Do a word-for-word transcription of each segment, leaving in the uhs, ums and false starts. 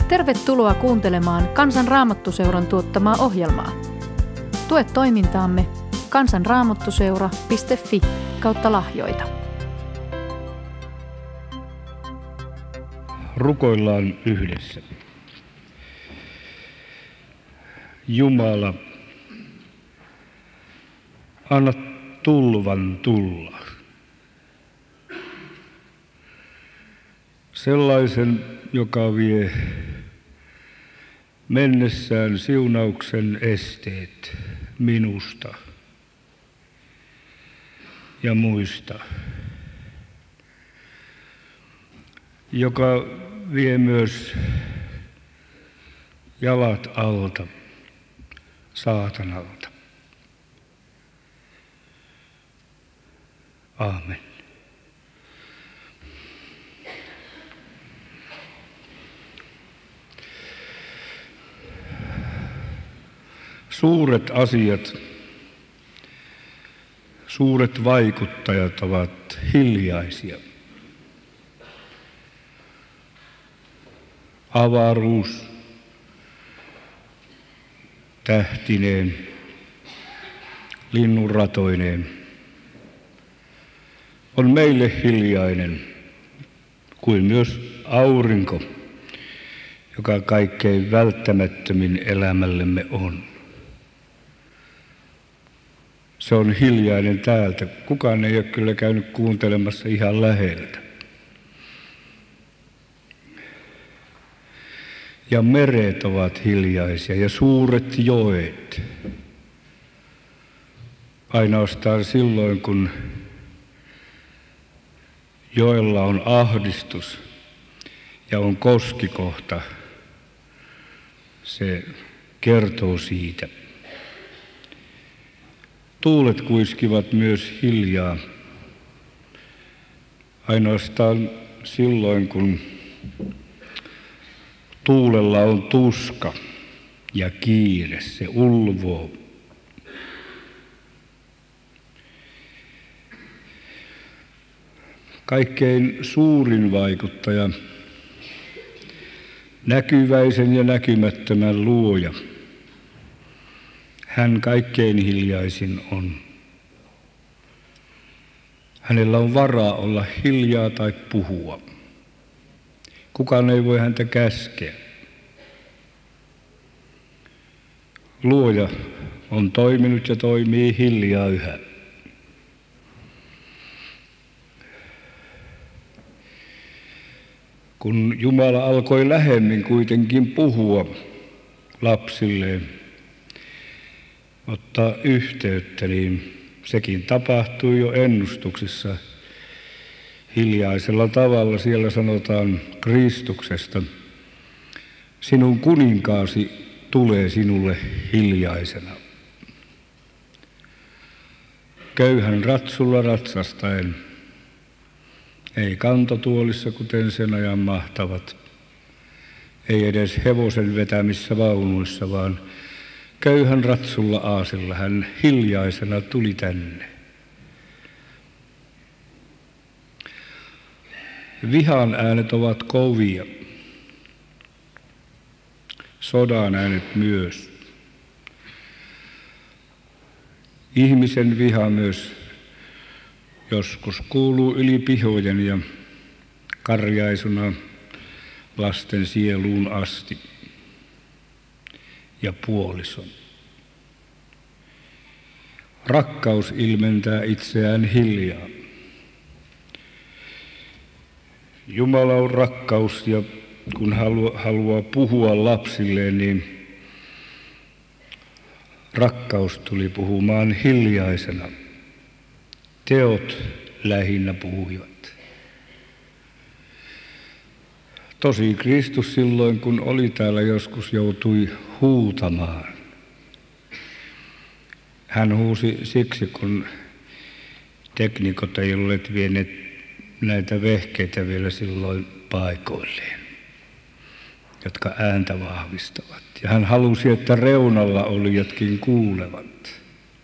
Tervetuloa kuuntelemaan Kansan Raamattuseuran tuottamaa ohjelmaa. Tue toimintaamme kansanraamattuseura piste fi kautta lahjoita. Rukoillaan yhdessä. Jumala, anna tulvan tulla. Sellaisen, joka vie mennessään siunauksen esteet minusta ja muista, joka vie myös jalat alta saatanalta. Aamen. Suuret asiat, suuret vaikuttajat ovat hiljaisia. Avaruus tähtineen, linnunratoineen on meille hiljainen, kuin myös aurinko, joka kaikkein välttämättömin elämällemme on. Se on hiljainen täältä. Kukaan ei ole kyllä käynyt kuuntelemassa ihan läheltä. Ja meret ovat hiljaisia ja suuret joet. Ainoastaan silloin, kun joella on ahdistus ja on koskikohta, se kertoo siitä. Tuulet kuiskivat myös hiljaa. Ainoastaan silloin, kun tuulella on tuska ja kiire, se ulvoo. Kaikkein suurin vaikuttaja, näkyväisen ja näkymättömän luoja, hän kaikkein hiljaisin on. Hänellä on varaa olla hiljaa tai puhua. Kukaan ei voi häntä käskeä. Luoja on toiminut ja toimii hiljaa yhä. Kun Jumala alkoi lähemmin kuitenkin puhua lapsilleen, ottaa yhteyttä, niin sekin tapahtui jo ennustuksissa hiljaisella tavalla. Siellä sanotaan Kristuksesta: sinun kuninkaasi tulee sinulle hiljaisena. Köyhän ratsulla ratsastaen, ei kantotuolissa kuten sen ajan mahtavat, ei edes hevosen vetämissä vaunuissa, vaan köyhän ratsulla aasilla hän hiljaisena tuli tänne. Vihan äänet ovat kovia, sodan äänet myös. Ihmisen viha myös joskus kuuluu yli pihojen ja karjaisuna lasten sieluun asti ja puolison. Rakkaus ilmentää itseään hiljaa. Jumala on rakkaus, ja kun haluaa puhua lapsilleen, niin rakkaus tuli puhumaan hiljaisena. Teot lähinnä puhuivat. Tosi Kristus silloin, kun oli täällä, joskus joutui huutamaan. Hän huusi siksi, kun teknikot ei olleet vieneet näitä vehkeitä vielä silloin paikoilleen, jotka ääntä vahvistavat. Ja hän halusi, että reunalla olijatkin kuulevat.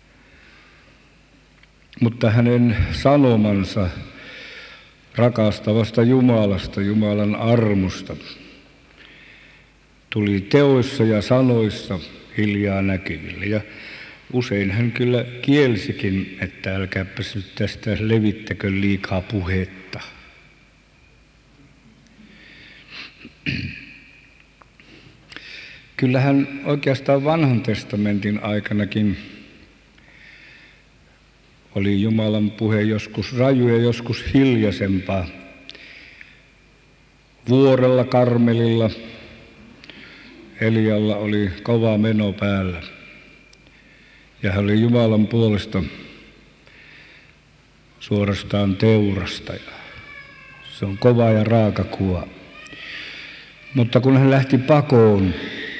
Mutta hänen sanomansa rakastavasta Jumalasta, Jumalan armosta, tuli teoissa ja sanoissa hiljaa näkyville. Ja usein hän kyllä kielsikin, että älkääpäs nyt tästä levittäkö liikaa puhetta. Kyllähän oikeastaan Vanhan testamentin aikanakin oli Jumalan puhe joskus raju ja joskus hiljaisempaa. Vuorella Karmelilla Elialla oli kova meno päällä ja hän oli Jumalan puolesta suorastaan teurastaja. Se on kova ja raaka kuva. Mutta kun hän lähti pakoon,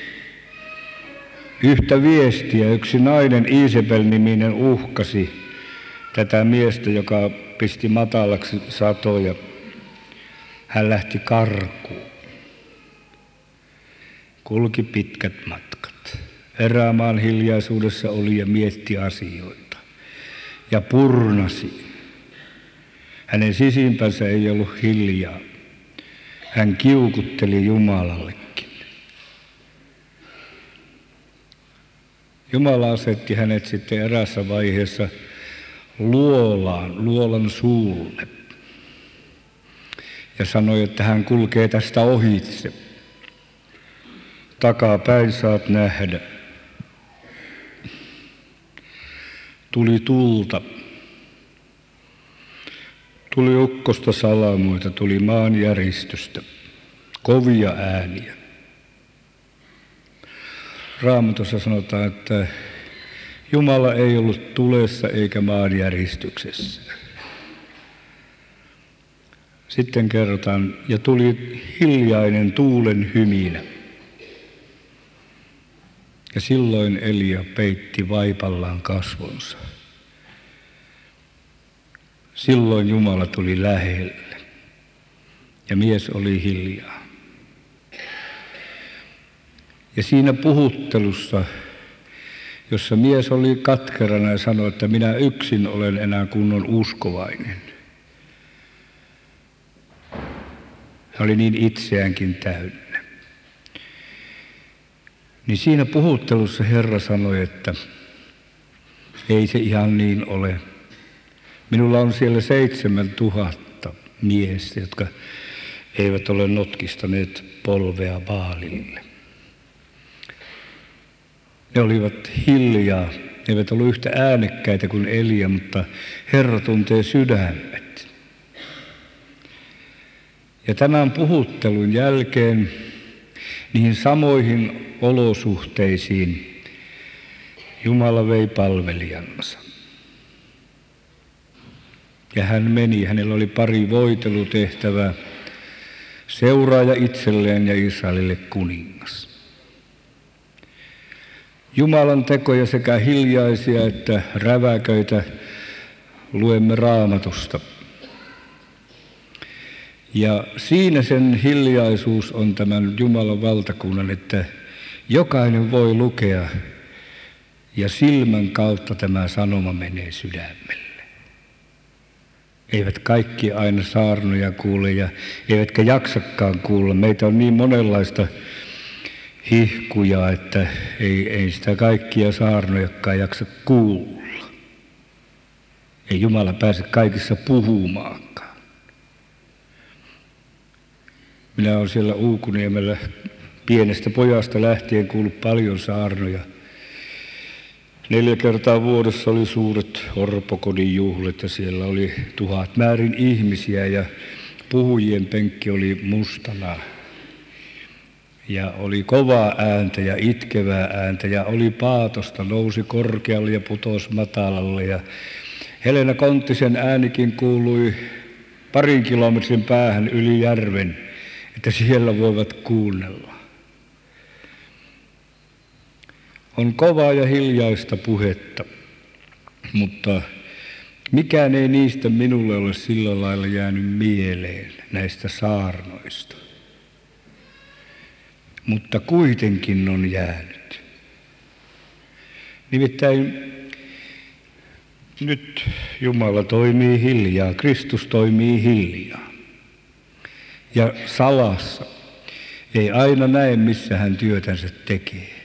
yhtä viestiä yksi nainen Iisebel-niminen uhkasi tätä miestä, joka pisti matalaksi satoja. Hän lähti karkuun. Kulki pitkät matkat. Erämaan hiljaisuudessa oli ja mietti asioita. Ja purnasi. Hänen sisimpänsä ei ollut hiljaa. Hän kiukutteli Jumalallekin. Jumala asetti hänet sitten erässä vaiheessa luolaan, luolan suulle. Ja sanoi, että hän kulkee tästä ohitse. Takapäin saat nähdä. Tuli tulta. Tuli ukkosta salamoita, tuli maanjäristystä, kovia ääniä. Raamatussa sanotaan, että Jumala ei ollut tulessa eikä maanjäristyksessä. Sitten kerrotaan, ja tuli hiljainen tuulen hyminä. Ja silloin Elia peitti vaipallaan kasvonsa. Silloin Jumala tuli lähelle ja mies oli hiljaa. Ja siinä puhuttelussa, jossa mies oli katkerana ja sanoi, että minä yksin olen enää kunnon uskovainen. Hän oli niin itseäänkin täynnä. Niin siinä puhuttelussa Herra sanoi, että ei se ihan niin ole. Minulla on siellä seitsemän tuhatta miestä, jotka eivät ole notkistaneet polvea Baalille. Ne olivat hiljaa, ne eivät ollut yhtä äänekkäitä kuin Elia, mutta Herra tuntee sydämet. Ja tämän puhuttelun jälkeen niihin samoihin olosuhteisiin Jumala vei palvelijansa. Ja hän meni, hänellä oli pari voitelutehtävää, seuraaja itselleen ja Israelille kuningas. Jumalan tekoja sekä hiljaisia että räväköitä luemme Raamatusta. Ja siinä sen hiljaisuus on tämän Jumalan valtakunnan, että jokainen voi lukea ja silmän kautta tämä sanoma menee sydämelle. Eivät kaikki aina saarnoja kuule ja eivätkä jaksakaan kuulla. Meitä on niin monenlaista hihkuja, että ei, ei sitä kaikkia saarnojakaan jaksa kuulla. Ei Jumala pääse kaikissa puhumaankaan. Minä olen siellä Uukuniemellä pienestä pojasta lähtien kuullut paljon saarnoja. Neljä kertaa vuodessa oli suuret orpokodin juhlat ja siellä oli tuhat määrin ihmisiä ja puhujien penkki oli mustana. Ja oli kovaa ääntä ja itkevää ääntä ja oli paatosta, nousi korkealle ja putosi matalalle. Ja Helena Konttisen äänikin kuului parin kilometrin päähän yli järven, että siellä voivat kuunnella. On kovaa ja hiljaista puhetta, mutta mikään ei niistä minulle ole sillä lailla jäänyt mieleen näistä saarnoista. Mutta kuitenkin on jäänyt. Nimittäin nyt Jumala toimii hiljaa, Kristus toimii hiljaa ja salassa. Ei aina näe, missä hän työtänsä tekee.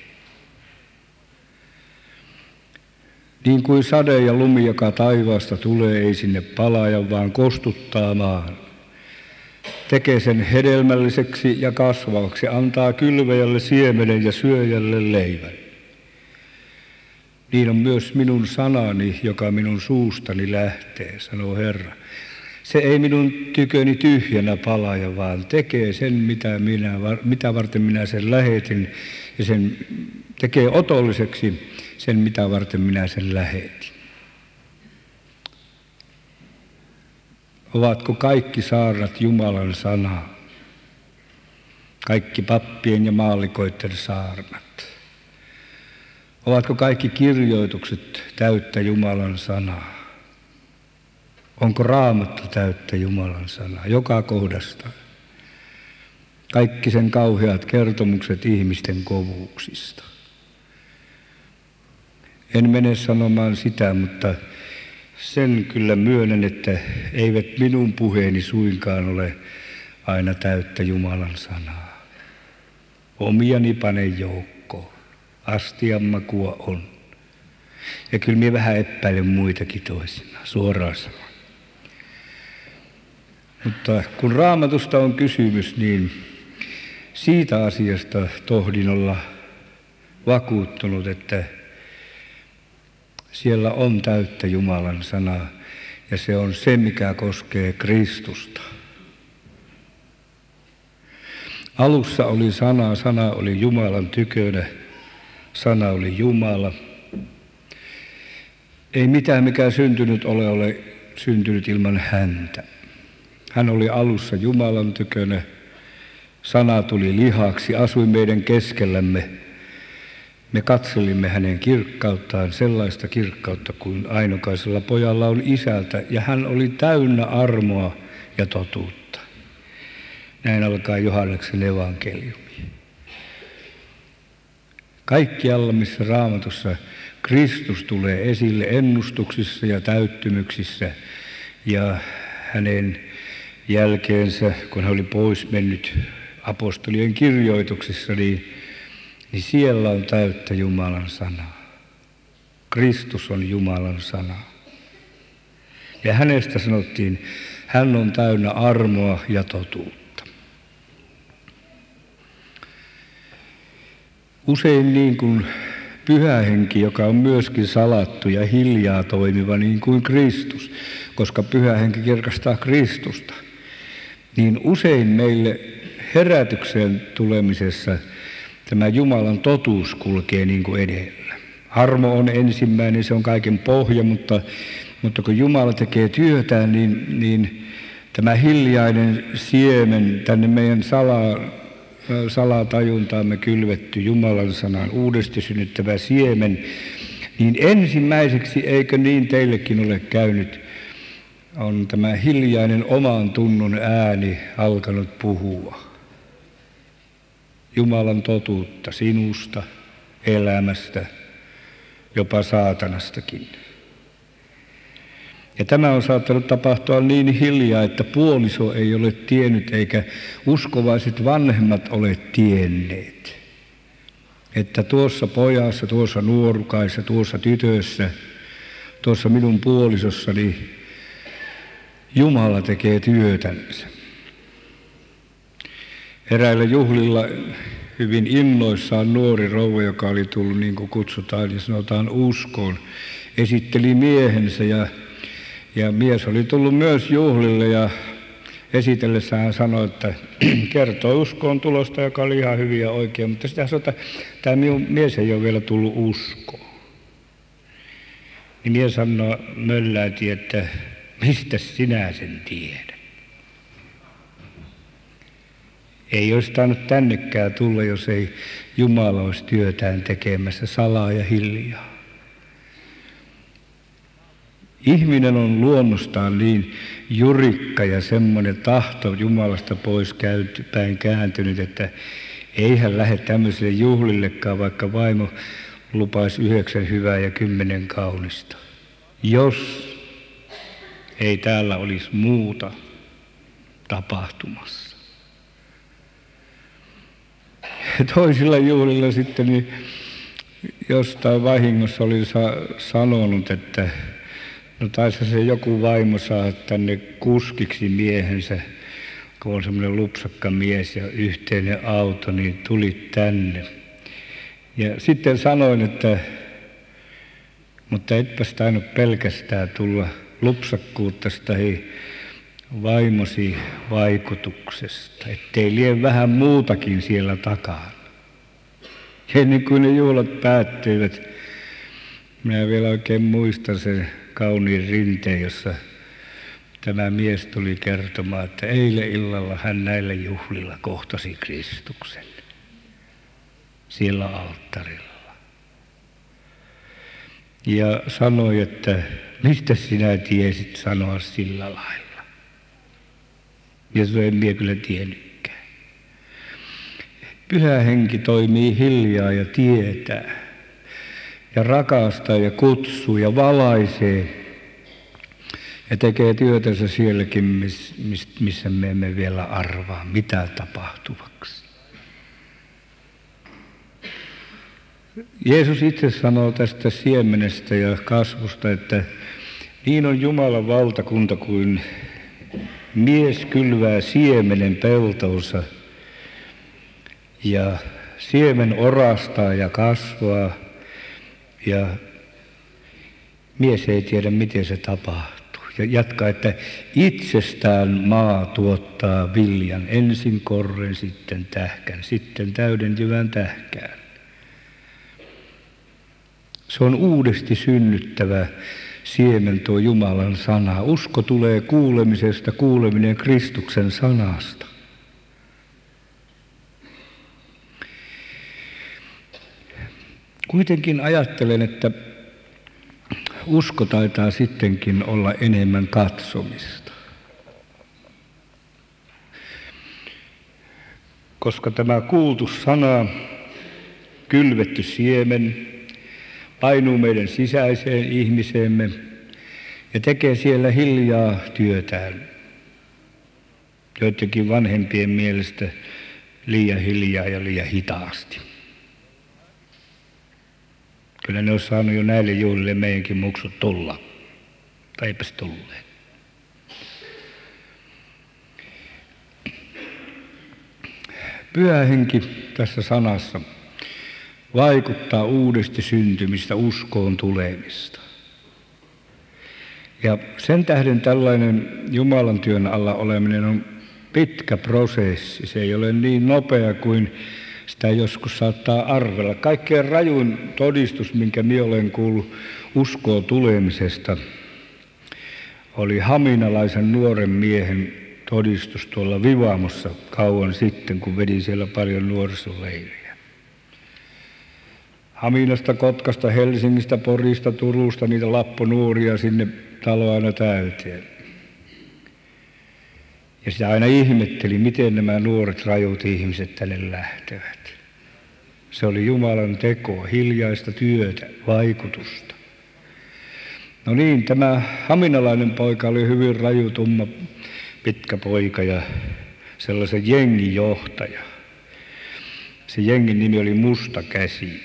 Niin kuin sade ja lumi, joka taivaasta tulee, ei sinne palaja, vaan kostuttaa maan. Tekee sen hedelmälliseksi ja kasvavaksi, antaa kylväjälle siemenen ja syöjälle leivän. Niin on myös minun sanani, joka minun suustani lähtee, sanoo Herra. Se ei minun tyköni tyhjänä palaja, vaan tekee sen, mitä, minä, mitä varten minä sen lähetin, ja sen tekee otolliseksi sen, mitä varten minä sen lähetin. Ovatko kaikki saarnat Jumalan sanaa? Kaikki pappien ja maallikoiden saarnat? Ovatko kaikki kirjoitukset täyttä Jumalan sanaa? Onko Raamattu täyttä Jumalan sanaa? Joka kohdasta. Kaikki sen kauheat kertomukset ihmisten kovuuksista. En mene sanomaan sitä, mutta sen kyllä myönnän, että eivät minun puheeni suinkaan ole aina täyttä Jumalan sanaa. Omiani panen joukkoon. Astian makua on. Ja kyllä minä vähän epäilen muitakin toisinaan, suoraan sanoen. Mutta kun Raamatusta on kysymys, niin siitä asiasta tohdin olla vakuuttunut, että siellä on täyttä Jumalan sanaa, ja se on se, mikä koskee Kristusta. Alussa oli sana, sana oli Jumalan tykönä, sana oli Jumala. Ei mitään, mikä syntynyt ole, ole syntynyt ilman häntä. Hän oli alussa Jumalan tykönä, sana tuli lihaksi, asui meidän keskellämme. Me katselimme hänen kirkkauttaan, sellaista kirkkautta kuin ainokaisella pojalla on isältä, ja hän oli täynnä armoa ja totuutta. Näin alkaa Johanneksen evankeliumi. Kaikkialla, missä Raamatussa Kristus tulee esille ennustuksissa ja täyttymyksissä, ja hänen jälkeensä, kun hän oli pois mennyt apostolien kirjoituksissa, niin niin siellä on täyttä Jumalan sanaa. Kristus on Jumalan sana. Ja hänestä sanottiin, hän on täynnä armoa ja totuutta. Usein niin kuin Pyhä Henki, joka on myöskin salattu ja hiljaa toimiva niin kuin Kristus, koska Pyhä Henki kirkastaa Kristusta, niin usein meille herätykseen tulemisessa tämä Jumalan totuus kulkee niin kuin edellä. Armo on ensimmäinen, se on kaiken pohja, mutta, mutta kun Jumala tekee työtään, niin, niin tämä hiljainen siemen tänne meidän salaa, salatajuntaamme kylvetty Jumalan sanan uudesti synnyttävä siemen, niin ensimmäiseksi, eikö niin teillekin ole käynyt, on tämä hiljainen oman tunnon ääni alkanut puhua. Jumalan totuutta sinusta, elämästä, jopa saatanastakin. Ja tämä on saattanut tapahtua niin hiljaa, että puoliso ei ole tiennyt eikä uskovaiset vanhemmat ole tienneet. Että tuossa pojassa, tuossa nuorukaissa, tuossa tytössä, tuossa minun puolisossani Jumala tekee työtänsä. Eräillä juhlilla hyvin innoissaan nuori rouva, joka oli tullut niin kuin kutsutaan ja sanotaan uskoon, esitteli miehensä ja, ja mies oli tullut myös juhlille ja esitellessään hän sanoi, että kertoi uskoon tulosta, joka oli ihan hyvin ja oikein, mutta sitä sanoi, että tämä minun mies ei ole vielä tullut uskoon. Niin mies sanoi mölläytin, että mistä sinä sen tiedät? Ei olisi tainnut tännekään tulla, jos ei Jumala olisi työtään tekemässä salaa ja hiljaa. Ihminen on luonnostaan niin jurikka ja semmoinen tahto Jumalasta pois päin kääntynyt, että ei hän lähde tämmöisille juhlillekaan, vaikka vaimo lupaisi yhdeksän hyvää ja kymmenen kaunista. Jos ei täällä olisi muuta tapahtumassa. toisilla juhlilla sitten niin jostain vahingossa oli sa- sanonut, että no taisi se joku vaimo saada tänne kuskiksi miehensä, kun on semmoinen lupsakka mies ja yhteinen auto, niin tuli tänne. Ja sitten sanoin, että mutta etpäs tainnut pelkästään tulla lupsakkuuttasi tai vaimosi vaikutuksesta, ettei lie vähän muutakin siellä takana. Ja ennen kuin ne juhlat päättyivät, minä vielä oikein muistan sen kauniin rinteen, jossa tämä mies tuli kertomaan, että eilen illalla hän näillä juhlilla kohtasi Kristuksen siellä alttarilla. Ja sanoi, että mistä sinä tiesit sanoa sillä lailla. Ja se en minä kyllä tiennytkään. Pyhä henki toimii hiljaa ja tietää. Ja rakastaa ja kutsuu ja valaisee. Ja tekee työtänsä sielläkin, missä me emme vielä arvaa, mitä tapahtuvaksi. Jeesus itse sanoo tästä siemenestä ja kasvusta, että niin on Jumalan valtakunta kuin mies kylvää siemenen peltonsa ja siemen orastaa ja kasvaa ja mies ei tiedä miten se tapahtuu. Ja jatkaa, että itsestään maa tuottaa viljan, ensin korren, sitten tähkän, sitten täydentyvän tähkään. Se on uudesti synnyttävä siemen tuo Jumalan sana. Usko tulee kuulemisesta, kuuleminen Kristuksen sanasta. Kuitenkin ajattelen, että usko taitaa sittenkin olla enemmän katsomista. Koska tämä kuultu sana, kylvetty siemen, painuu meidän sisäiseen ihmiseemme ja tekee siellä hiljaa työtään. Joidenkin vanhempien mielestä liian hiljaa ja liian hitaasti. Kyllä ne olisi saanut jo näille juhlille meidänkin muksut tulla. Tai eipäs tulleet. Pyhä henki tässä sanassa vaikuttaa uudesti syntymistä, uskoon tulemista. Ja sen tähden tällainen Jumalan työn alla oleminen on pitkä prosessi. Se ei ole niin nopea kuin sitä joskus saattaa arvella. Kaikkein rajuin todistus, minkä minä olen kuullut uskoon tulemisesta, oli haminalaisen nuoren miehen todistus tuolla Vivaamossa kauan sitten, kun vedin siellä paljon nuorisoleiriä. Haminasta, Kotkasta, Helsingistä, Porista, Turusta, niitä lapponuoria sinne talo aina täyteen. Ja sitä aina ihmetteli, miten nämä nuoret rajut ihmiset tänne lähtevät. Se oli Jumalan tekoa, hiljaista työtä, vaikutusta. No niin, tämä haminalainen poika oli hyvin raju, tumma, pitkä poika ja sellaisen jengin johtaja. Se jengin nimi oli Musta Käsi.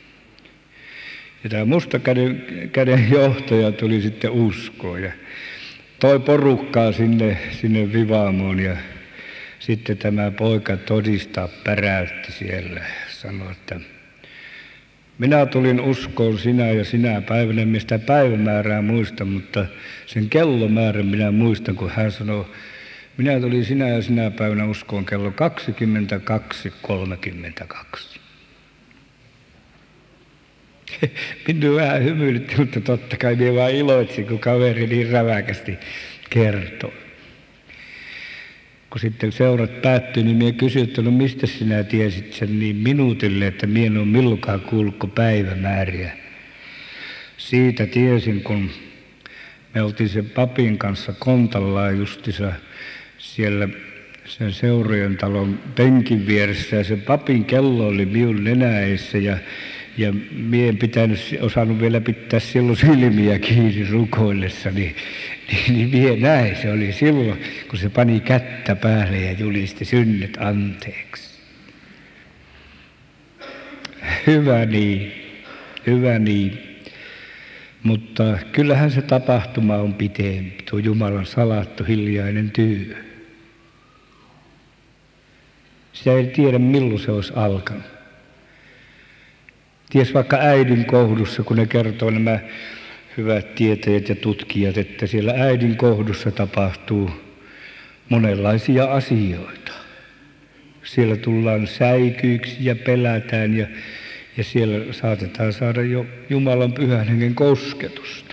Ja tämä Musta käden, käden johtaja tuli sitten uskoon ja toi porukkaa sinne, sinne Vivaamoon ja sitten tämä poika todistaa päräytti siellä. Sanoi, että minä tulin uskoon sinä ja sinä päivänä, en sitä päivämäärää muista, mutta sen kellomäärän minä muistan, kun hän sanoi, minä tulin sinä ja sinä päivänä uskoon kello kaksikymmentäkaksi kolmekymmentäkaksi. Minua vähän hymyilytti, mutta totta kai minä vaan iloitsin, kun kaveri niin räväkästi kertoi. Kun sitten seurat päättyi, niin minä kysyin, että no mistä sinä tiesit sen niin minuutille, että minä en ole milloinkaan kuullut päivämääriä. Siitä tiesin, kun me oltiin sen papin kanssa kontallaan justissa siellä sen seurojen talon penkin vieressä ja sen papin kello oli minun nenäessä ja Ja minä en pitänyt, osannut vielä pitää silloin silmiä kiinni rukoillessa, niin, niin, niin minä näin. Se oli silloin, kun se pani kättä päälle ja julisti synnet anteeksi. Hyvä niin, hyvä niin. Mutta kyllähän se tapahtuma on pitempi, tuo Jumalan salattu hiljainen työ. Sitä ei tiedä, milloin se olisi alkanut. Ties vaikka äidin kohdussa, kun ne kertoo nämä hyvät tietäjät ja tutkijat, että siellä äidin kohdussa tapahtuu monenlaisia asioita. Siellä tullaan säikyiksi ja pelätään ja, ja siellä saatetaan saada jo Jumalan pyhän hengen kosketusta.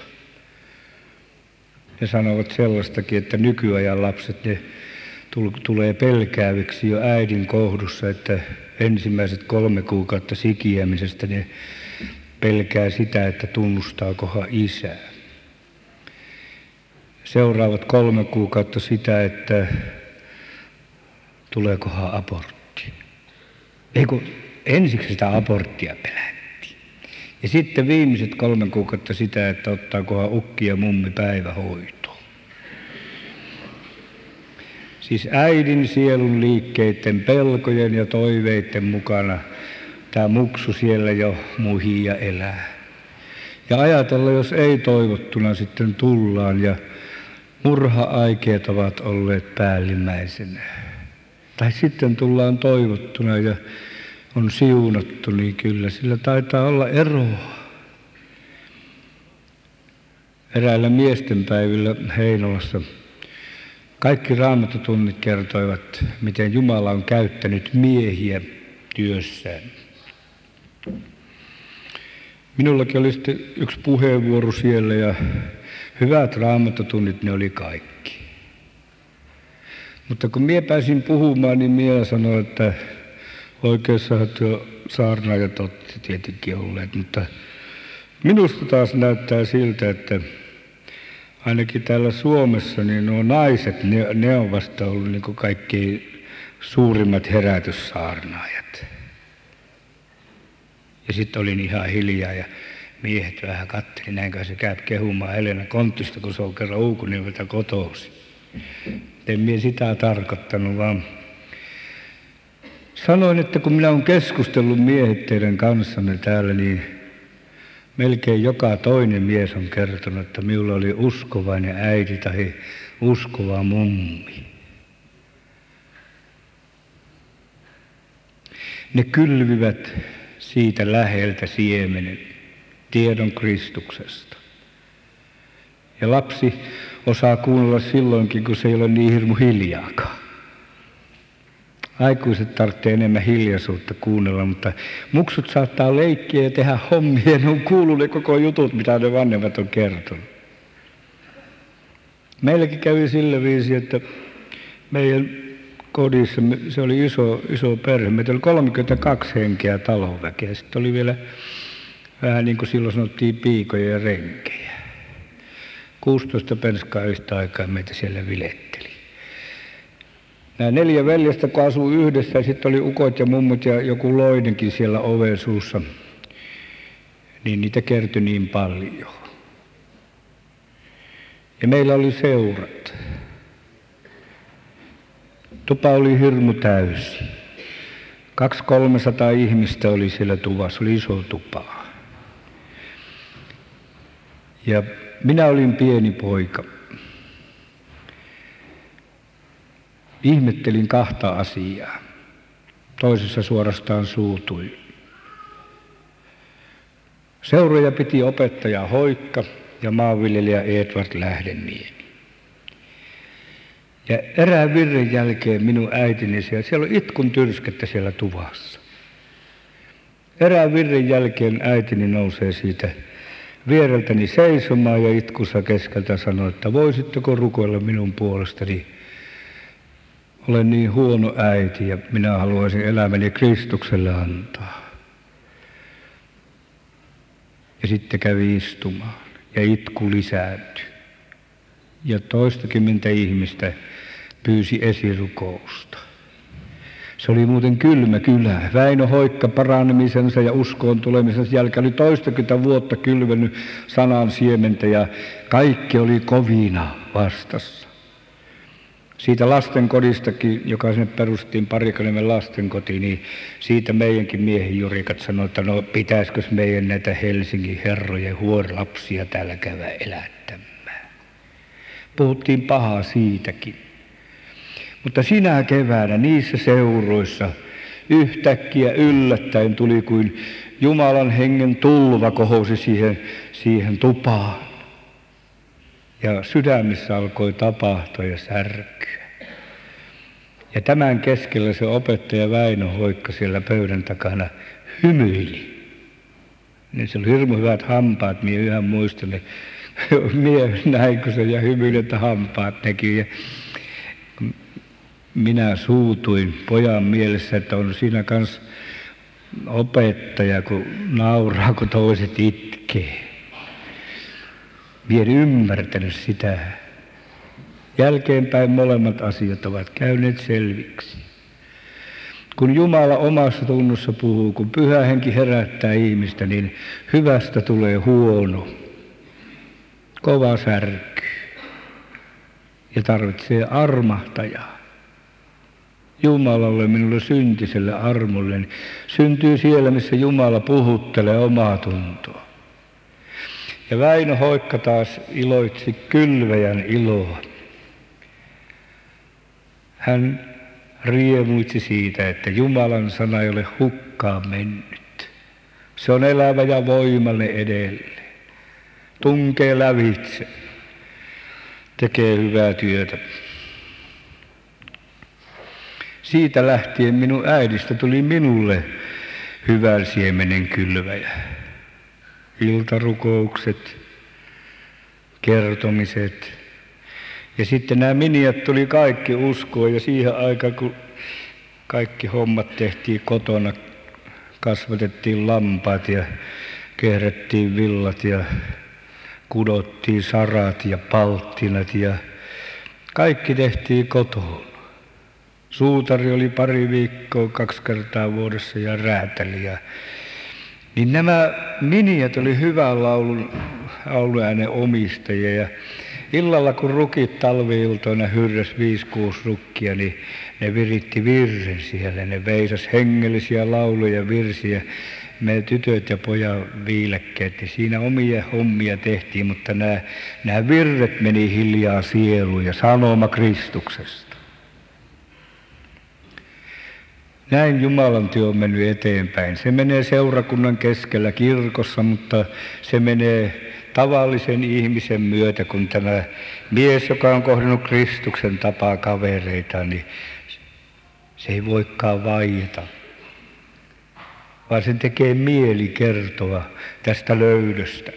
Ne sanovat sellaistakin, että nykyajan lapset ne tulee pelkääviksi jo äidin kohdussa, että ensimmäiset kolme kuukautta sikiämisestä ne pelkää sitä, että tunnustaakohan isää. Seuraavat kolme kuukautta sitä, että tuleekohan abortti. Ei kun ensiksi sitä aborttia pelättiin. Ja sitten viimeiset kolme kuukautta sitä, että ottaakohan ukki ja mummi päivähoitoon. Siis äidin sielun liikkeiden, pelkojen ja toiveiden mukana tämä muksu siellä jo muhii ja elää. Ja ajatella, jos ei toivottuna sitten tullaan ja murha-aikeet ovat olleet päällimmäisenä. Tai sitten tullaan toivottuna ja on siunattu, niin kyllä sillä taitaa olla eroa. Eräällä miestenpäivillä Heinolassa kaikki raamattutunnit kertoivat, miten Jumala on käyttänyt miehiä työssään. Minullakin oli sitten yksi puheenvuoro siellä ja hyvät raamattutunnit ne oli kaikki. Mutta kun minä pääsin puhumaan, niin minä sanoin, että oikeassahan tuo saarnaajat olette tietenkin olleet, mutta minusta taas näyttää siltä, että ainakin täällä Suomessa niin nuo naiset, ne, ne on vasta ollut niin kuin kaikkein suurimmat herätyssaarnaajat. Ja sitten olin ihan hiljaa ja miehet vähän katteli, näinkö se käy kehumaan Helena Konttista, kun se on kerran Uukunimeltä kotoisin. En minä sitä tarkoittanut, vaan sanoin, että kun minä olen keskustellut miehet teidän kanssanne täällä, niin melkein joka toinen mies on kertonut, että minulla oli uskovainen äiti tai uskova mummi. Ne kylvivät siitä läheltä siemenen, tiedon Kristuksesta. Ja lapsi osaa kuunnella silloinkin, kun se ei ole niin hirmu hiljaakaan. Aikuiset tarvitsee enemmän hiljaisuutta kuunnella, mutta muksut saattaa leikkiä ja tehdä hommia, ja ne on kuullut ne koko jutut, mitä ne vanhemmat on kertonut. Meilläkin kävi sillä viisi, että meidän kodissa, se oli iso, iso perhe, meitä oli kolmekymmentäkaksi henkeä talonväkeä, sitten oli vielä vähän niin kuin silloin sanottiin piikoja ja renkejä. kuusitoista penskaa yhtä aikaa meitä siellä viletteli. Nämä neljä veljestä, kun asui yhdessä, ja sitten oli ukot ja mummut ja joku loinenkin siellä oven suussa, niin niitä kertyi niin paljon. Ja meillä oli seurat. Tupa oli hirmu täysi. Kaksi kolmesataa ihmistä oli siellä tuvassa, oli iso tupa. Ja minä olin pieni poika. Ihmettelin kahta asiaa. Toisessa suorastaan suutuin. Seuroja piti opettaja Hoikka ja maanviljelijä Edvard Lähdeniemi. Ja erään virren jälkeen minun äitini siellä, siellä oli itkun tyrskettä siellä tuvassa. Erään virren jälkeen äitini nousee siitä viereltäni seisomaan ja itkussa keskeltä sanoi, että voisitteko rukoilla minun puolestani. Olen niin huono äiti ja minä haluaisin elämäni Kristukselle antaa. Ja sitten kävi istumaan ja itku lisääntyi. Ja toistakymmentä ihmistä pyysi esirukousta. Se oli muuten kylmä kylä. Väinö Hoikka paranemisensa ja uskoon tulemisensa jälkeen oli toistakymmentä vuotta kylvennyt sanan siementä ja kaikki oli kovina vastassa. Siitä lastenkodistakin, joka sinne perustettiin Parikaniemen lastenkotiin, niin siitä meidänkin miehen jurikat sanoi, että no pitäisikö meidän näitä Helsingin herrojen huorlapsia täällä käydä elättämään. Puhuttiin pahaa siitäkin. Mutta sinä keväänä niissä seuroissa yhtäkkiä yllättäen tuli kuin Jumalan hengen tulva kohosi siihen, siihen tupaan. Ja sydämissä alkoi tapahtua ja särkyä. Ja tämän keskellä se opettaja Väinö Hoikka siellä pöydän takana hymyili. Niin se oli hirmu hyvät hampaat, minä yhä muistelen. Minä näin, se ja hymyilin, että hampaat näkyy. Ja minä suutuin pojan mielessä, että on siinä kanssa opettaja, kun nauraa, kun toiset itkee. Minä en ymmärtänyt sitä. Jälkeenpäin molemmat asiat ovat käyneet selviksi. Kun Jumala omassa tunnossa puhuu, kun Pyhä Henki herättää ihmistä, niin hyvästä tulee huono, kova särky ja tarvitsee armahtajaa. Jumalalle, minulle syntiselle armolle, syntyy siellä, missä Jumala puhuttelee omaa tuntoa. Ja Väinö Hoikka taas iloitsi kylväjän iloa. Hän riemuitsi siitä, että Jumalan sana ei ole hukkaan mennyt. Se on elävä ja voimallinen edelleen. Tunkee lävitse. Tekee hyvää työtä. Siitä lähtien minun äidistä tuli minulle hyvän siemenen kylväjä. Iltarukoukset, kertomiset. Ja sitten nämä miniat tuli kaikki uskoon ja siihen aikaan, kun kaikki hommat tehtiin kotona, kasvatettiin lampaat ja kehrättiin villat ja kudottiin sarat ja palttinat ja kaikki tehtiin kotoon. Suutari oli pari viikkoa, kaksi kertaa vuodessa ja räätäli. Ja niin nämä miniat oli hyvän laulun, lauluäänen omistajia ja illalla kun rukit talvi-iltoina hyrräs viisi kuusi rukkia, niin ne viritti virren siellä. Ne veisas hengellisiä lauluja, virsiä. Me tytöt ja pojat viilekkeet, niin siinä omia hommia tehtiin, mutta nämä, nämä virret meni hiljaa sieluun ja sanoma Kristuksesta. Näin Jumalan työ on mennyt eteenpäin. Se menee seurakunnan keskellä kirkossa, mutta se menee tavallisen ihmisen myötä, kun tämä mies, joka on kohdannut Kristuksen tapaa kavereita, niin se ei voikaan vaieta, vaan sen tekee mieli kertoa tästä löydöstä.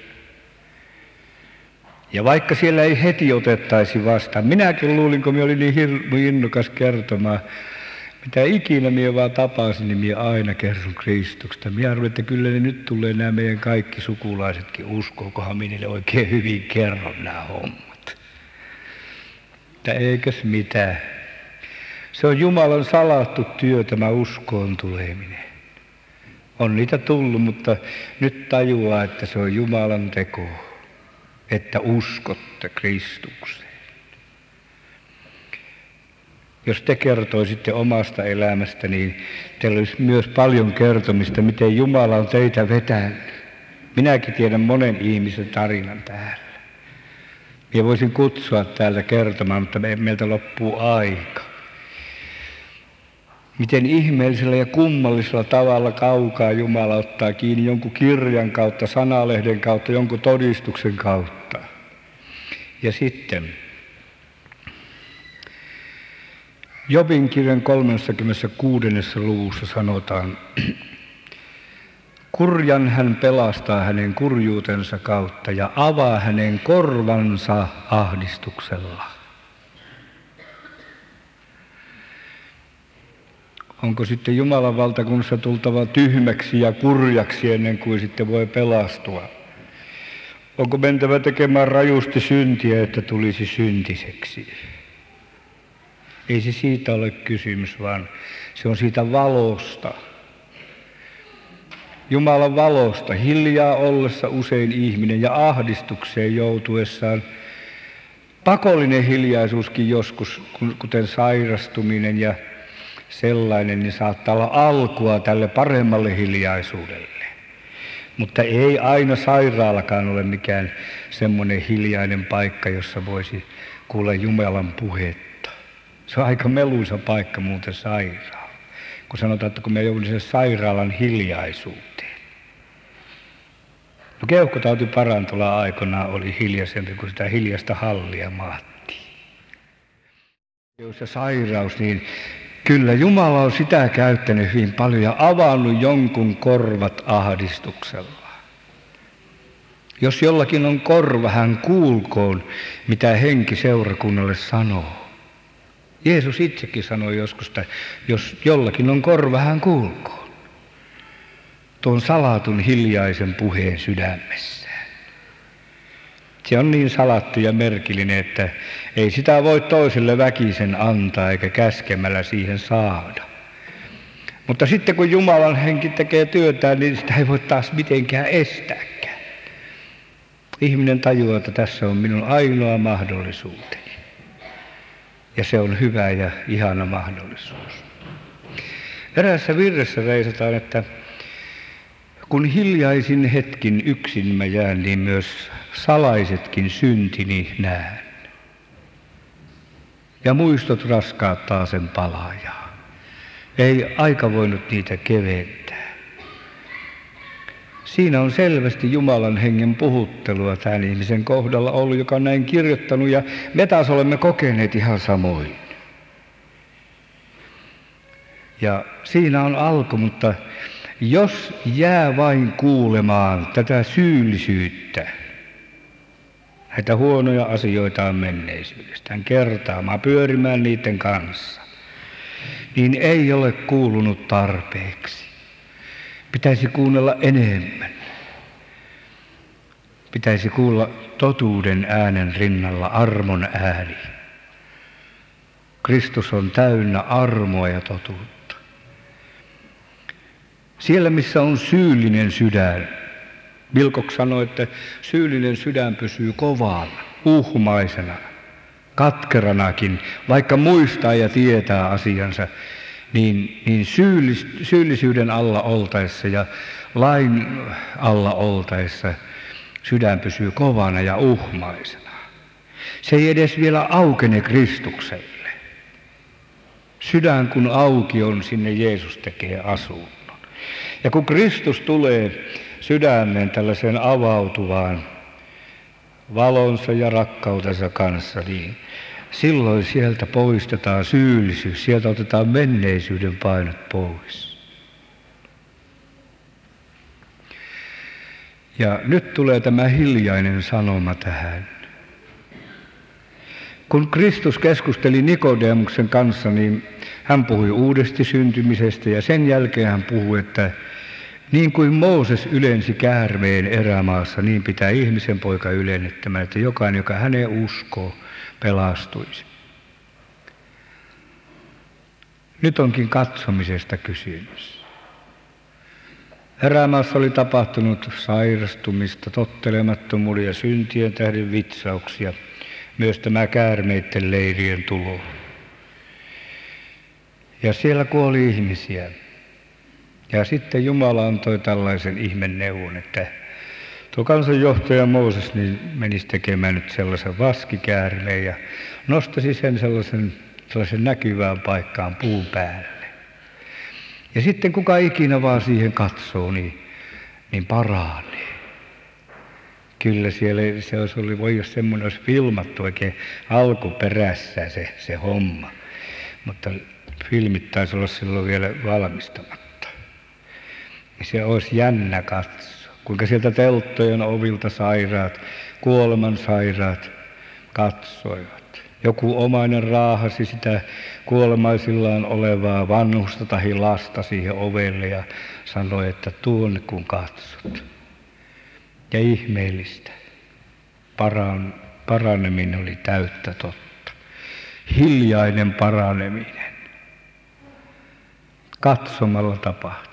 Ja vaikka siellä ei heti otettaisi vastaan, minäkin luulin, kun minä olin niin hirmu innokas kertomaan, mitä ikinä minä vaan tapasin, niin minä aina kerron Kristuksesta. Minä arvoin, että kyllä ne nyt tulee nämä meidän kaikki sukulaisetkin uskoon, kunhan minä niille oikein hyvin kerron nämä hommat. Että eikös mitään. Se on Jumalan salattu työ, tämä uskoon tuleminen. On niitä tullut, mutta nyt tajuaa, että se on Jumalan teko, että uskotte Kristukseen. Jos te kertoisitte omasta elämästä, niin teillä olisi myös paljon kertomista, miten Jumala on teitä vetänyt. Minäkin tiedän monen ihmisen tarinan täällä. Minä voisin kutsua täältä kertomaan, mutta meiltä loppuu aika. Miten ihmeellisellä ja kummallisella tavalla kaukaa Jumala ottaa kiinni jonkun kirjan kautta, sanalehden kautta, jonkun todistuksen kautta. Ja sitten Jobin kirjan kolmaskymmeneskuudes luvussa sanotaan, kurjan hän pelastaa hänen kurjuutensa kautta ja avaa hänen korvansa ahdistuksella. Onko sitten Jumalan valtakunnassa tultava tyhmäksi ja kurjaksi ennen kuin sitten voi pelastua? Onko mentävä tekemään rajusti syntiä, että tulisi syntiseksi? Ei se siitä ole kysymys, vaan se on siitä valosta. Jumalan valosta, hiljaa ollessa usein ihminen ja ahdistukseen joutuessaan Pakollinen hiljaisuuskin joskus, kuten sairastuminen ja sellainen, niin saattaa olla alkua tälle paremmalle hiljaisuudelle. Mutta ei aina sairaalakaan ole mikään semmoinen hiljainen paikka, jossa voisi kuulla Jumalan puhetta. Se on aika meluisa paikka muuten sairaala. Kun sanotaan, että kun me joudun sen sairaalan hiljaisuuteen. No keuhkotauti parantola aikoinaan oli hiljaisempi, kun sitä hiljasta hallia maattiin. Jos se sairaus, niin kyllä Jumala on sitä käyttänyt hyvin paljon ja avannut jonkun korvat ahdistuksella. Jos jollakin on korva, hän kuulkoon, mitä henki seurakunnalle sanoo. Jeesus itsekin sanoi joskus, että jos jollakin on korva, hän kuulkoon. Tuon salatun hiljaisen puheen sydämessään. Se on niin salattu ja merkillinen, että ei sitä voi toiselle väkisen antaa eikä käskemällä siihen saada. Mutta sitten kun Jumalan henki tekee työtään, niin sitä ei voi taas mitenkään estääkään. Ihminen tajuaa, että tässä on minun ainoa mahdollisuuteni. Ja se on hyvä ja ihana mahdollisuus. Eräässä virressä veisataan, että kun hiljaisin hetkin yksin mä jään, niin myös salaisetkin syntini näen. Ja muistot raskaat taasen palaajaa. Ei aika voinut niitä keventää. Siinä on selvästi Jumalan hengen puhuttelua tämän ihmisen kohdalla ollut, joka on näin kirjoittanut, ja me taas olemme kokeneet ihan samoin. Ja siinä on alku, mutta jos jää vain kuulemaan tätä syyllisyyttä, näitä huonoja asioitaan menneisyydestään, kertaamaan, pyörimään niiden kanssa, niin ei ole kuulunut tarpeeksi. Pitäisi kuunnella enemmän. Pitäisi kuulla totuuden äänen rinnalla armon ääni. Kristus on täynnä armoa ja totuutta. Siellä, missä on syyllinen sydän, Vilkok sanoi, että syyllinen sydän pysyy kovana, uhmaisena, katkeranakin, vaikka muistaa ja tietää asiansa, niin, niin syyllis, syyllisyyden alla oltaessa ja lain alla oltaessa sydän pysyy kovana ja uhmaisena. Se ei edes vielä aukene Kristukselle. Sydän kun auki on, sinne Jeesus tekee asunnon. Ja kun Kristus tulee sydämen tällaiseen avautuvaan valonsa ja rakkautensa kanssa, niin silloin sieltä poistetaan syyllisyys, sieltä otetaan menneisyyden painot pois. Ja nyt tulee tämä hiljainen sanoma tähän. Kun Kristus keskusteli Nikodemuksen kanssa, niin hän puhui uudesti syntymisestä ja sen jälkeen hän puhui, että niin kuin Mooses ylensi käärmeen erämaassa, niin pitää ihmisen poika ylennettämään, että jokainen, joka häneen uskoo, pelastuisi. Nyt onkin katsomisesta kysymys. Erämaassa oli tapahtunut sairastumista, tottelemattomuuden ja syntien tähden vitsauksia, myös tämä käärmeiden leirien tulo. Ja siellä kuoli ihmisiä. Ja sitten Jumala antoi tällaisen ihmenneuvon, että tuo kansanjohtaja Mooses niin menisi tekemään nyt sellaisen vaskikäärmeen ja nostaisi sen sellaisen, sellaisen näkyvään paikkaan puun päälle. Ja sitten kuka ikinä vaan siihen katsoo, niin, niin paranee. Kyllä siellä se olisi ollut, voi jos semmoinen olisi filmattu oikein alkuperässä se, se homma, mutta filmit taisi olla silloin vielä valmistamatta. Ja se olisi jännä katsoa, kuinka sieltä telttojen ovilta sairaat, kuoleman sairaat katsoivat. Joku omainen raahasi sitä kuolemaisillaan olevaa vanhusta tai lasta siihen ovelle ja sanoi, että tuonne kun katsot. Ja ihmeellistä. Paran, paraneminen oli täyttä totta. Hiljainen paraneminen. Katsomalla tapahtuva.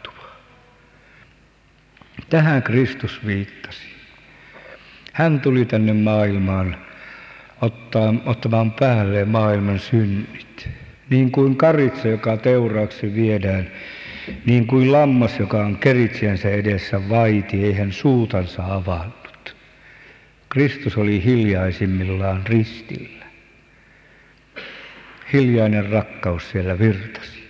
Tähän Kristus viittasi. Hän tuli tänne maailmaan ottaa, ottamaan päälleen maailman synnit. Niin kuin karitsa, joka teuraaksi viedään, niin kuin lammas, joka on keritsijänsä edessä vaiti, ei hän suutansa avannut. Kristus oli hiljaisimmillaan ristillä. Hiljainen rakkaus siellä virtasi.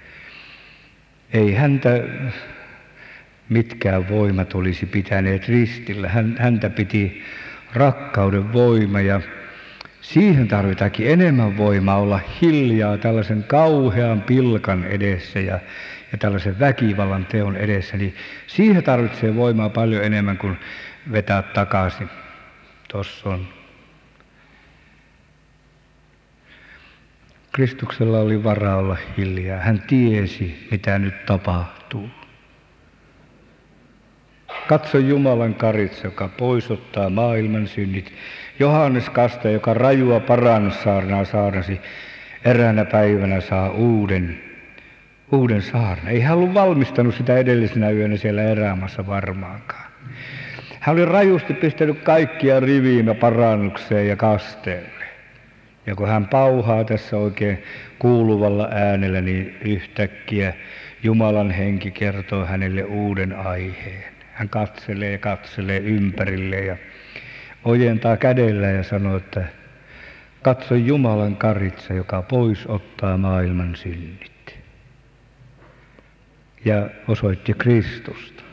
Ei häntä mitkään voimat olisi pitäneet ristillä. Häntä piti rakkauden voima, ja siihen tarvitaankin enemmän voimaa olla hiljaa tällaisen kauhean pilkan edessä ja, ja tällaisen väkivallan teon edessä. Niin siihen tarvitsee voimaa paljon enemmän kuin vetää takaisin. Tuossa on. Kristuksella oli varaa olla hiljaa. Hän tiesi, mitä nyt tapahtuu. Katso Jumalan karitsa, joka poisottaa maailman synnit. Johannes Kastaja, joka rajua parannussaarnaa saarnasi, eräänä päivänä saa uuden, uuden saarna. Ei hän ollut valmistanut sitä edellisenä yönä siellä erämaassa varmaankaan. Hän oli rajusti pistänyt kaikkia riviin ja parannukseen ja kasteelle. Ja kun hän pauhaa tässä oikein kuuluvalla äänellä, niin yhtäkkiä Jumalan henki kertoo hänelle uuden aiheen. Hän katselee ja katselee ympärilleen ja ojentaa kädellä ja sanoo, että katso Jumalan karitsa, joka pois ottaa maailman synnit. Ja osoitti Kristusta.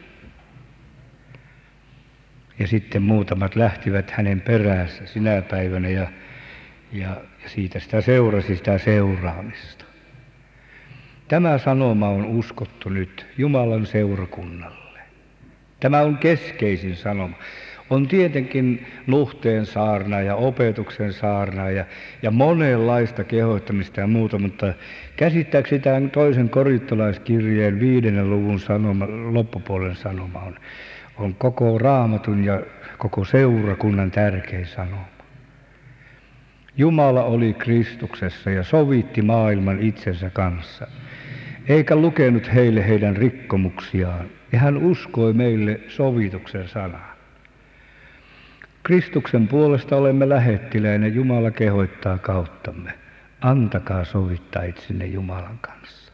Ja sitten muutamat lähtivät hänen perässä sinä päivänä ja, ja, ja siitä sitä seurasi sitä seuraamista. Tämä sanoma on uskottu nyt Jumalan seurakunnalle. Tämä on keskeisin sanoma. On tietenkin nuhteen saarna ja opetuksen saarna ja, ja monenlaista kehoittamista ja muuta, mutta käsittääkseni tämän toisen korintolaiskirjeen viidennen luvun sanoma, loppupuolen sanoma on, on koko Raamatun ja koko seurakunnan tärkein sanoma. Jumala oli Kristuksessa ja sovitti maailman itsensä kanssa, eikä lukenut heille heidän rikkomuksiaan, ja hän uskoi meille sovituksen sanaa. Kristuksen puolesta olemme lähettiläinä, Jumala kehoittaa kauttamme. Antakaa sovittaa itsenne Jumalan kanssa.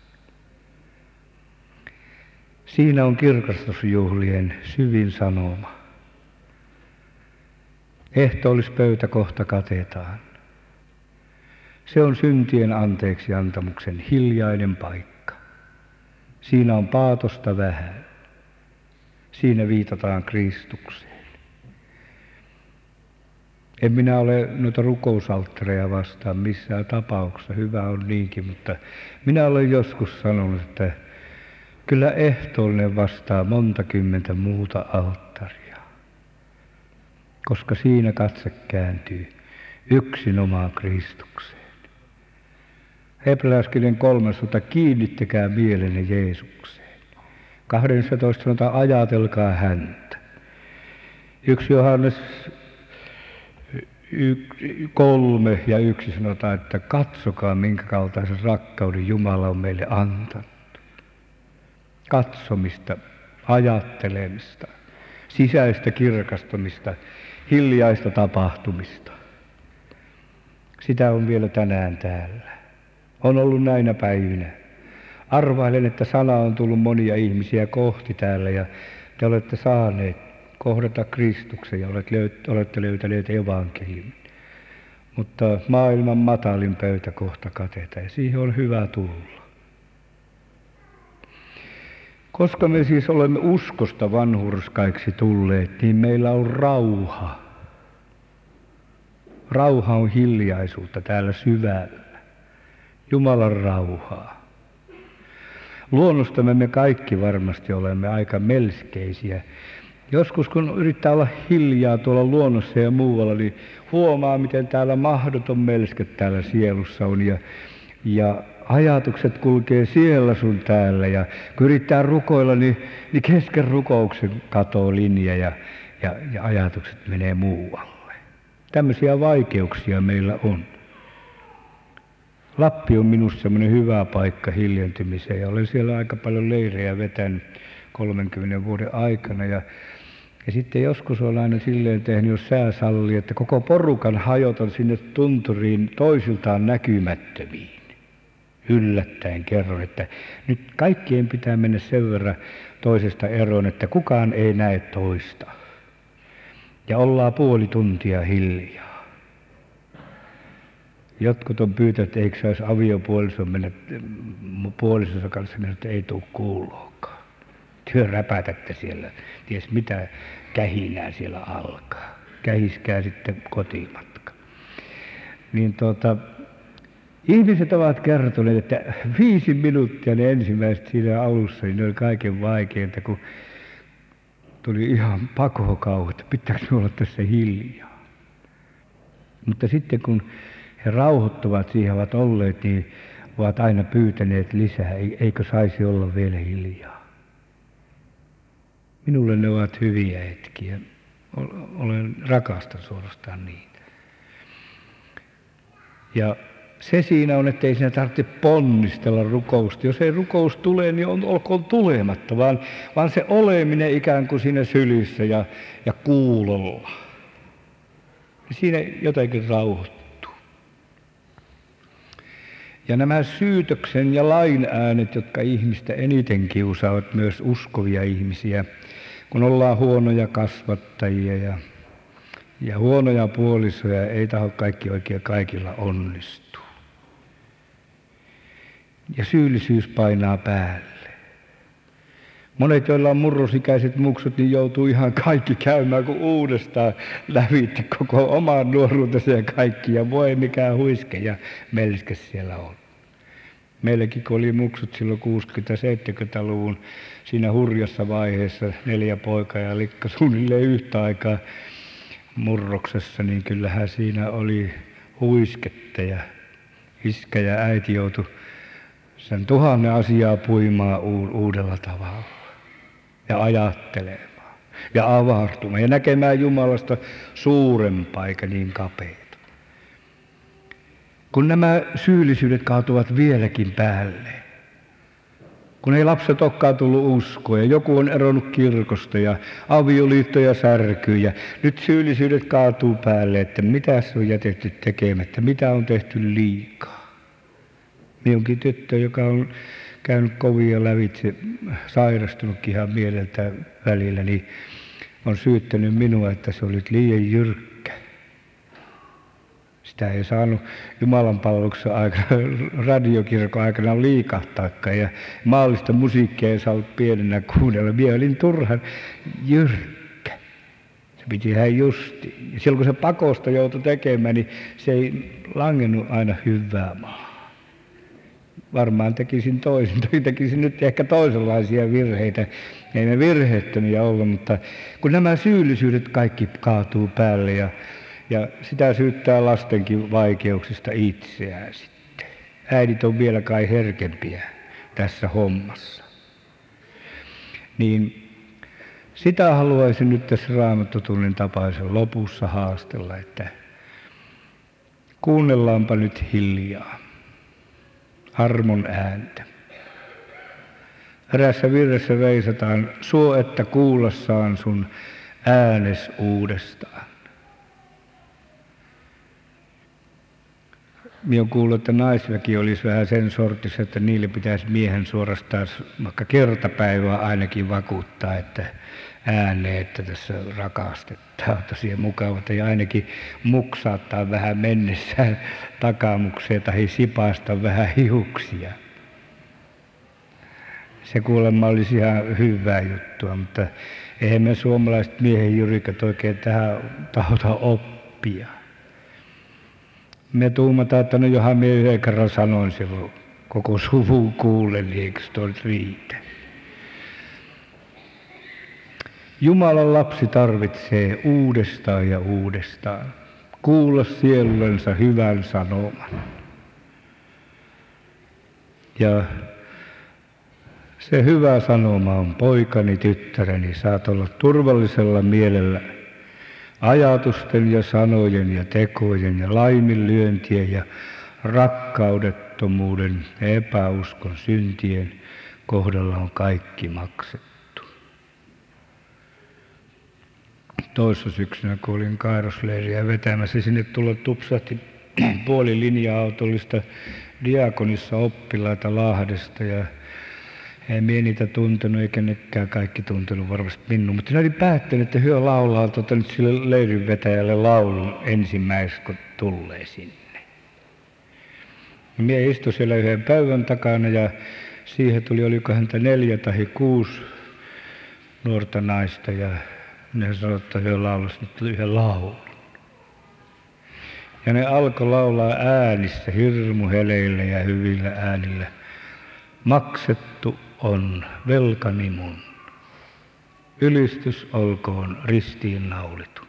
Siinä on kirkastusjuhlien syvin sanoma. Ehtoollispöytä kohta katetaan. Se on syntien anteeksi antamuksen hiljainen paikka. Siinä on paatosta vähän. Siinä viitataan Kristukseen. En minä ole noita rukousalttareja vastaan missään tapauksessa, hyvä on niinkin, mutta minä olen joskus sanonut, että kyllä ehtoollinen vastaa monta kymmentä muuta alttaria, koska siinä katse kääntyy yksinomaan Kristukseen. Hebrealaiskirjan kolmas sota, kiinnittäkää mielenne Jeesukseen. kahdennessatoista sanotaan, ajatelkaa häntä. Yksi Johannes y- kolme ja yksi sanotaan, että katsokaa minkä kaltaisen rakkauden Jumala on meille antanut. Katsomista, ajattelemista, sisäistä kirkastumista, hiljaista tapahtumista. Sitä on vielä tänään täällä. On ollut näinä päivinä. Arvailen, että sana on tullut monia ihmisiä kohti täällä ja te olette saaneet kohdata Kristuksen ja olette löytäneet evankeliumin. Mutta maailman matalin pöytä kohta katetaan ja siihen on hyvä tulla. Koska me siis olemme uskosta vanhurskaiksi tulleet, niin meillä on rauha. Rauha on hiljaisuutta täällä syvällä. Jumalan rauhaa. Luonnostamme me kaikki varmasti olemme aika melskeisiä. Joskus kun yrittää olla hiljaa tuolla luonnossa ja muualla, niin huomaa, miten täällä mahdoton melske täällä sielussa on. Ja, ja ajatukset kulkee siellä sun täällä. Ja kun yrittää rukoilla, niin, niin kesken rukouksen katoo linja ja, ja, ja ajatukset menee muualle. Tämmöisiä vaikeuksia meillä on. Lappi on minusta semmoinen hyvä paikka hiljentymiseen ja olen siellä aika paljon leirejä vetänyt kolmenkymmenen vuoden aikana ja Ja sitten joskus on aina silleen tehnyt, jos sää sallii, että koko porukan hajotan sinne tunturiin toisiltaan näkymättömiin. Yllättäen kerron, että nyt kaikkien pitää mennä sen verran toisesta eroon, että kukaan ei näe toista. Ja ollaan puoli tuntia hiljaa. Jotkut on pyytänyt, että eikö saisi aviopuolison mennä puolisonsa kanssa, niin että ei tule kuuloakaan. Työ räpätätte siellä, ties mitä kähinää siellä alkaa. Kähiskää sitten kotimatka. Niin tuota, ihmiset ovat kertoneet, että viisi minuuttia ne ensimmäiset siinä alussa, niin ne oli kaiken vaikeinta, kun tuli ihan pakokauhu, että pitääkö me olla tässä hiljaa. Mutta sitten kun he rauhoittuvat siihen, ovat olleet, niin ovat aina pyytäneet lisää, eikö saisi olla vielä hiljaa. Minulle ne ovat hyviä hetkiä. Olen rakastan suorastaan niitä. Ja se siinä on, että ei siinä tarvitse ponnistella rukousta. Jos ei rukous tule, niin on, olkoon tulematta, vaan, vaan se oleminen ikään kuin siinä sylissä ja, ja kuulolla. Siinä jotenkin rauhoittuu. Ja nämä syytöksen ja lain äänet, jotka ihmistä eniten kiusaavat, myös uskovia ihmisiä, kun ollaan huonoja kasvattajia ja, ja huonoja puolisoja, ei taho kaikki oikein kaikilla onnistuu. Ja syyllisyys painaa päälle. Monet, joilla on murrosikäiset muksut, niin joutuu ihan kaikki käymään kuin uudestaan lävitse koko oman nuoruutensa ja kaikki. Ja voi mikä huiske ja melske siellä on. Meilläkin kun oli muksut silloin kuusikymmentä-seitsemänkymmentäluvun siinä hurjassa vaiheessa, neljä poikaa ja likka suunnilleen yhtä aikaa murroksessa, niin kyllähän siinä oli huisketta ja iskä ja äiti joutui sen tuhannen asiaa puimaan uudella tavalla ja ajattelemaan ja avartumaan ja näkemään Jumalasta suurempaa eikä niin kapeita. Kun nämä syyllisyydet kaatuvat vieläkin päälle, kun ei lapset olekaan tullut uskoa ja joku on eronnut kirkosta ja avioliittoja särkyy ja nyt syyllisyydet kaatuu päälle, että mitä se on jätetty tekemättä, mitä on tehty liikaa. Minunkin tyttö, joka on käynyt kovia lävitse, sairastunutkin ihan mieleltä välillä, niin on syyttänyt minua, että se oli liian jyrkkä. Sitä ei saanut Jumalan palveluksen aikana, radiokirkon aikana liikahtaakaan ja maallista musiikkia ei saanut pienenä kuunnella. Minä olin turhan jyrkkä. Se piti ihan justi. Ja silloin kun se pakosta joutui tekemään, niin se ei langennut aina hyvää maahan. Varmaan tekisin toisin, tekisin nyt ehkä toisenlaisia virheitä. Ei me virheettömiä olla, mutta kun nämä syyllisyydet kaikki kaatuu päälle ja, ja sitä syyttää lastenkin vaikeuksista itseään sitten. Äidit on vielä kai herkempiä tässä hommassa. Niin sitä haluaisin nyt tässä Raamattotunnin tapaisen lopussa haastella, että kuunnellaanpa nyt hiljaa armon ääntä. Erässä virressä veisataan, suo että kuullassaan sun äänes uudestaan. Minä olen kuullut, että naisväki olisi vähän sen sortissa, että niille pitäisi miehen suorastaan vaikka kertapäivää ainakin vakuuttaa, että ääneen, että tässä rakastetaan, tosiaan mukavat, ja ainakin muksaattaa vähän mennessään takamukseen tai sipaista vähän hiuksia. Se kuulemma olisi ihan hyvää juttua, mutta eihän me suomalaiset miehen jyrikät oikein tähän tahota oppia. Me tuumataan, että no johan minä yhden kerran sanoin silloin koko suvun kuulen, niin eikö se riitä? Jumalan lapsi tarvitsee uudestaan ja uudestaan kuulla sielullensa hyvän sanoman. Ja se hyvä sanoma on, poikani, tyttäreni, saat olla turvallisella mielellä ajatusten ja sanojen ja tekojen ja laiminlyöntien ja rakkaudettomuuden ja epäuskon syntien kohdalla on kaikki maksettu. toissa syksynä, kun olin Kairosleiriä vetämässä. Sinne tulla tupsahti puoli linja-autollista diakonissa oppilaita Lahdesta ja en minä niitä tuntenut, eikä nekään kaikki tuntenut varmasti minun, mutta ne oli päättänyt, että hyö laulaa tota nyt sille leirinvetäjälle laulun ensimmäiseksi, kun tulee sinne. Ja minä istuin siellä yhden päivän takana ja siihen tuli, oliko häntä neljä tai kuusi nuorta naista ja ne sanoi, että hyö laulasi nyt yhden laulun. Ja ne alkoi laulaa äänissä, hirmu heleillä ja hyvillä äänillä. Maksettu on velkani mun. Ylistys olkoon ristiin naulitun.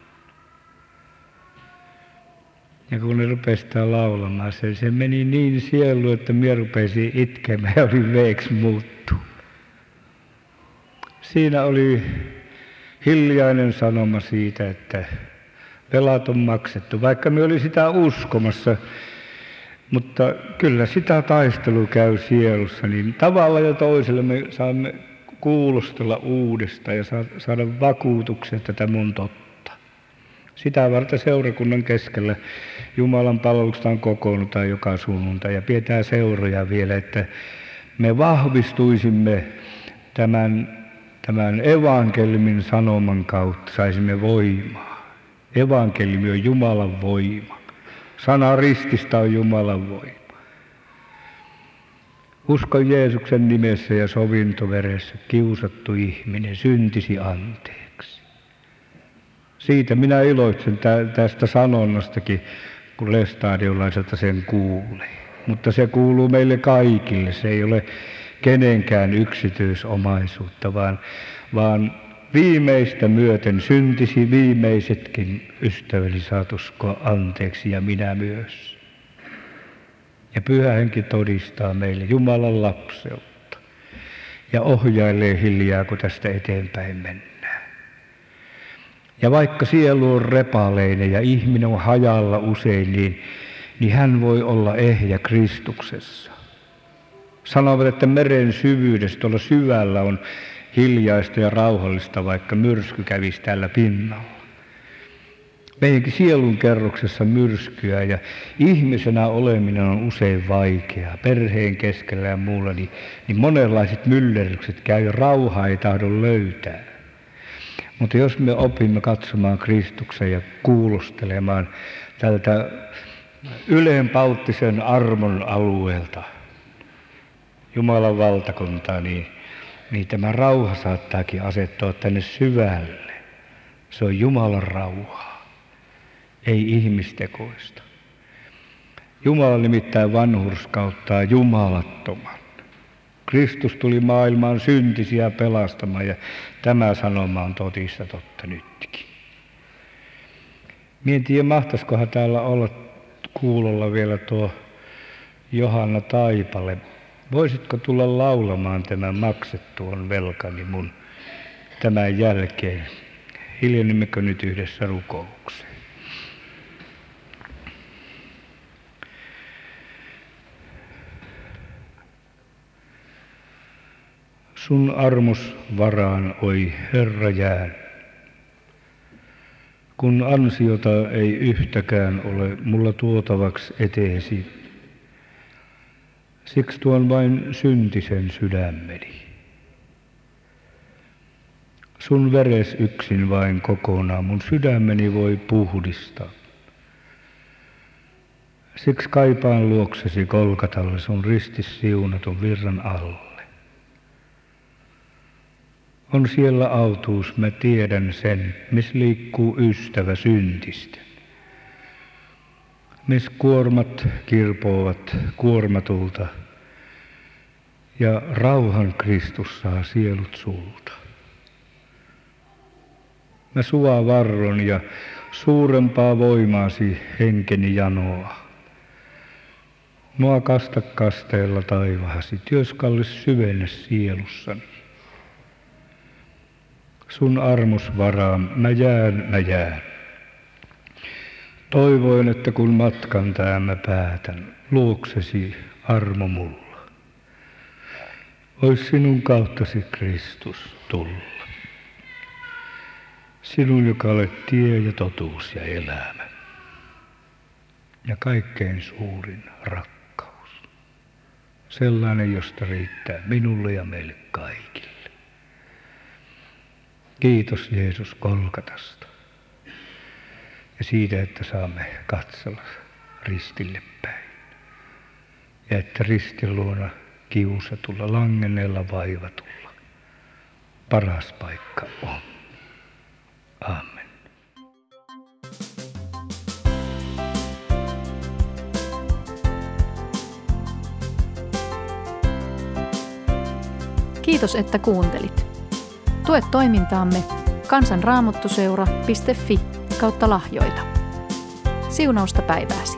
Ja kun ne rupesi sitä laulamaan, se, se meni niin sieluun, että minä rupesin itkemään ja oli veeksi muuttu. Siinä oli hiljainen sanoma siitä, että velat on maksettu, vaikka me oli sitä uskomassa. Mutta kyllä sitä taistelu käy sielussa, niin tavalla ja toisella me saamme kuulostella uudestaan ja saada vakuutuksen, että tämä on totta. Sitä varten seurakunnan keskellä Jumalan palvelukstaan kokoonnutaan joka sunnuntai ja pidetään seuroja vielä, että me vahvistuisimme tämän, tämän evankeliumin sanoman kautta, saisimme voimaa. Evankeliumi on Jumalan voima. Sana rististä on Jumalan voima. Uskon Jeesuksen nimessä ja sovintoveressä kiusattu ihminen syntisi anteeksi. Siitä minä iloitsen tästä sanonnastakin, kun lestadiolaiselta sen kuulee. Mutta se kuuluu meille kaikille. Se ei ole kenenkään yksityisomaisuutta, vaan, vaan viimeistä myöten syntisi viimeisetkin ystäväni saat uskoa anteeksi ja minä myös. Ja Pyhä Henki todistaa meille Jumalan lapseutta ja ohjailee hiljaa, kun tästä eteenpäin mennään. Ja vaikka sielu on repaleinen ja ihminen on hajalla usein, niin, niin hän voi olla ehjä Kristuksessa. Sanovat, että meren syvyydessä tuolla syvällä on hiljaista ja rauhallista, vaikka myrsky kävisi täällä pinnalla. Meidänkin sielun kerroksessa myrskyä ja ihmisenä oleminen on usein vaikeaa. Perheen keskellä ja muulla, niin, niin monenlaiset myllerrykset käy ja rauhaa ei tahdo löytää. Mutta jos me opimme katsomaan Kristuksen ja kuulostelemaan tältä ylenpalttisen armon alueelta Jumalan valtakuntaa, niin niin tämä rauha saattaakin asettua tänne syvälle. Se on Jumalan rauhaa, ei ihmistekoista. Jumala nimittäin vanhurskauttaa jumalattoman. Kristus tuli maailmaan syntisiä pelastamaan ja tämä sanoma on totista totta nytkin. Mie en tiedä, mahtaisikohan täällä olla kuulolla vielä tuo Johanna Taipale. Voisitko tulla laulamaan tämän maksettu on velkani mun tämän jälkeen? Hiljennemmekö nyt yhdessä rukoukseen? Sun armos varaan, oi Herra, jään. Kun ansiota ei yhtäkään ole mulla tuotavaksi eteesi, siksi tuon vain syntisen sydämeni. Sun veres yksin vain kokonaan mun sydämeni voi puhdistaa. Siksi kaipaan luoksesi Golgatalle sun ristis siunatun virran alle. On siellä autuus, mä tiedän sen, miss liikkuu ystävä syntisten. Miss kuormat kirpoavat kuormatulta ja rauhan Kristus saa sielut sulta. Mä sua varron ja suurempaa voimaasi henkeni janoa. Mua kasta kasteella taivahasi, työskallis syvennä sielussani. Sun armos varaan, mä jään, mä jään. Toivoin, että kun matkan tää mä päätän, luoksesi armo mulla. Ois sinun kauttasi Kristus tulla. Sinun, joka olet tie ja totuus ja elämä ja kaikkein suurin rakkaus. Sellainen, josta riittää minulle ja meille kaikille. Kiitos Jeesus Golgatasta ja siitä, että saamme katsella ristille päin. Ja että ristin luona kiusatulla, langenneella, vaivatulla paras paikka on. Amen. Kiitos, että kuuntelit. Tue toimintaamme kansanraamattuseura piste fi kautta lahjoita. Siunausta päivääsi.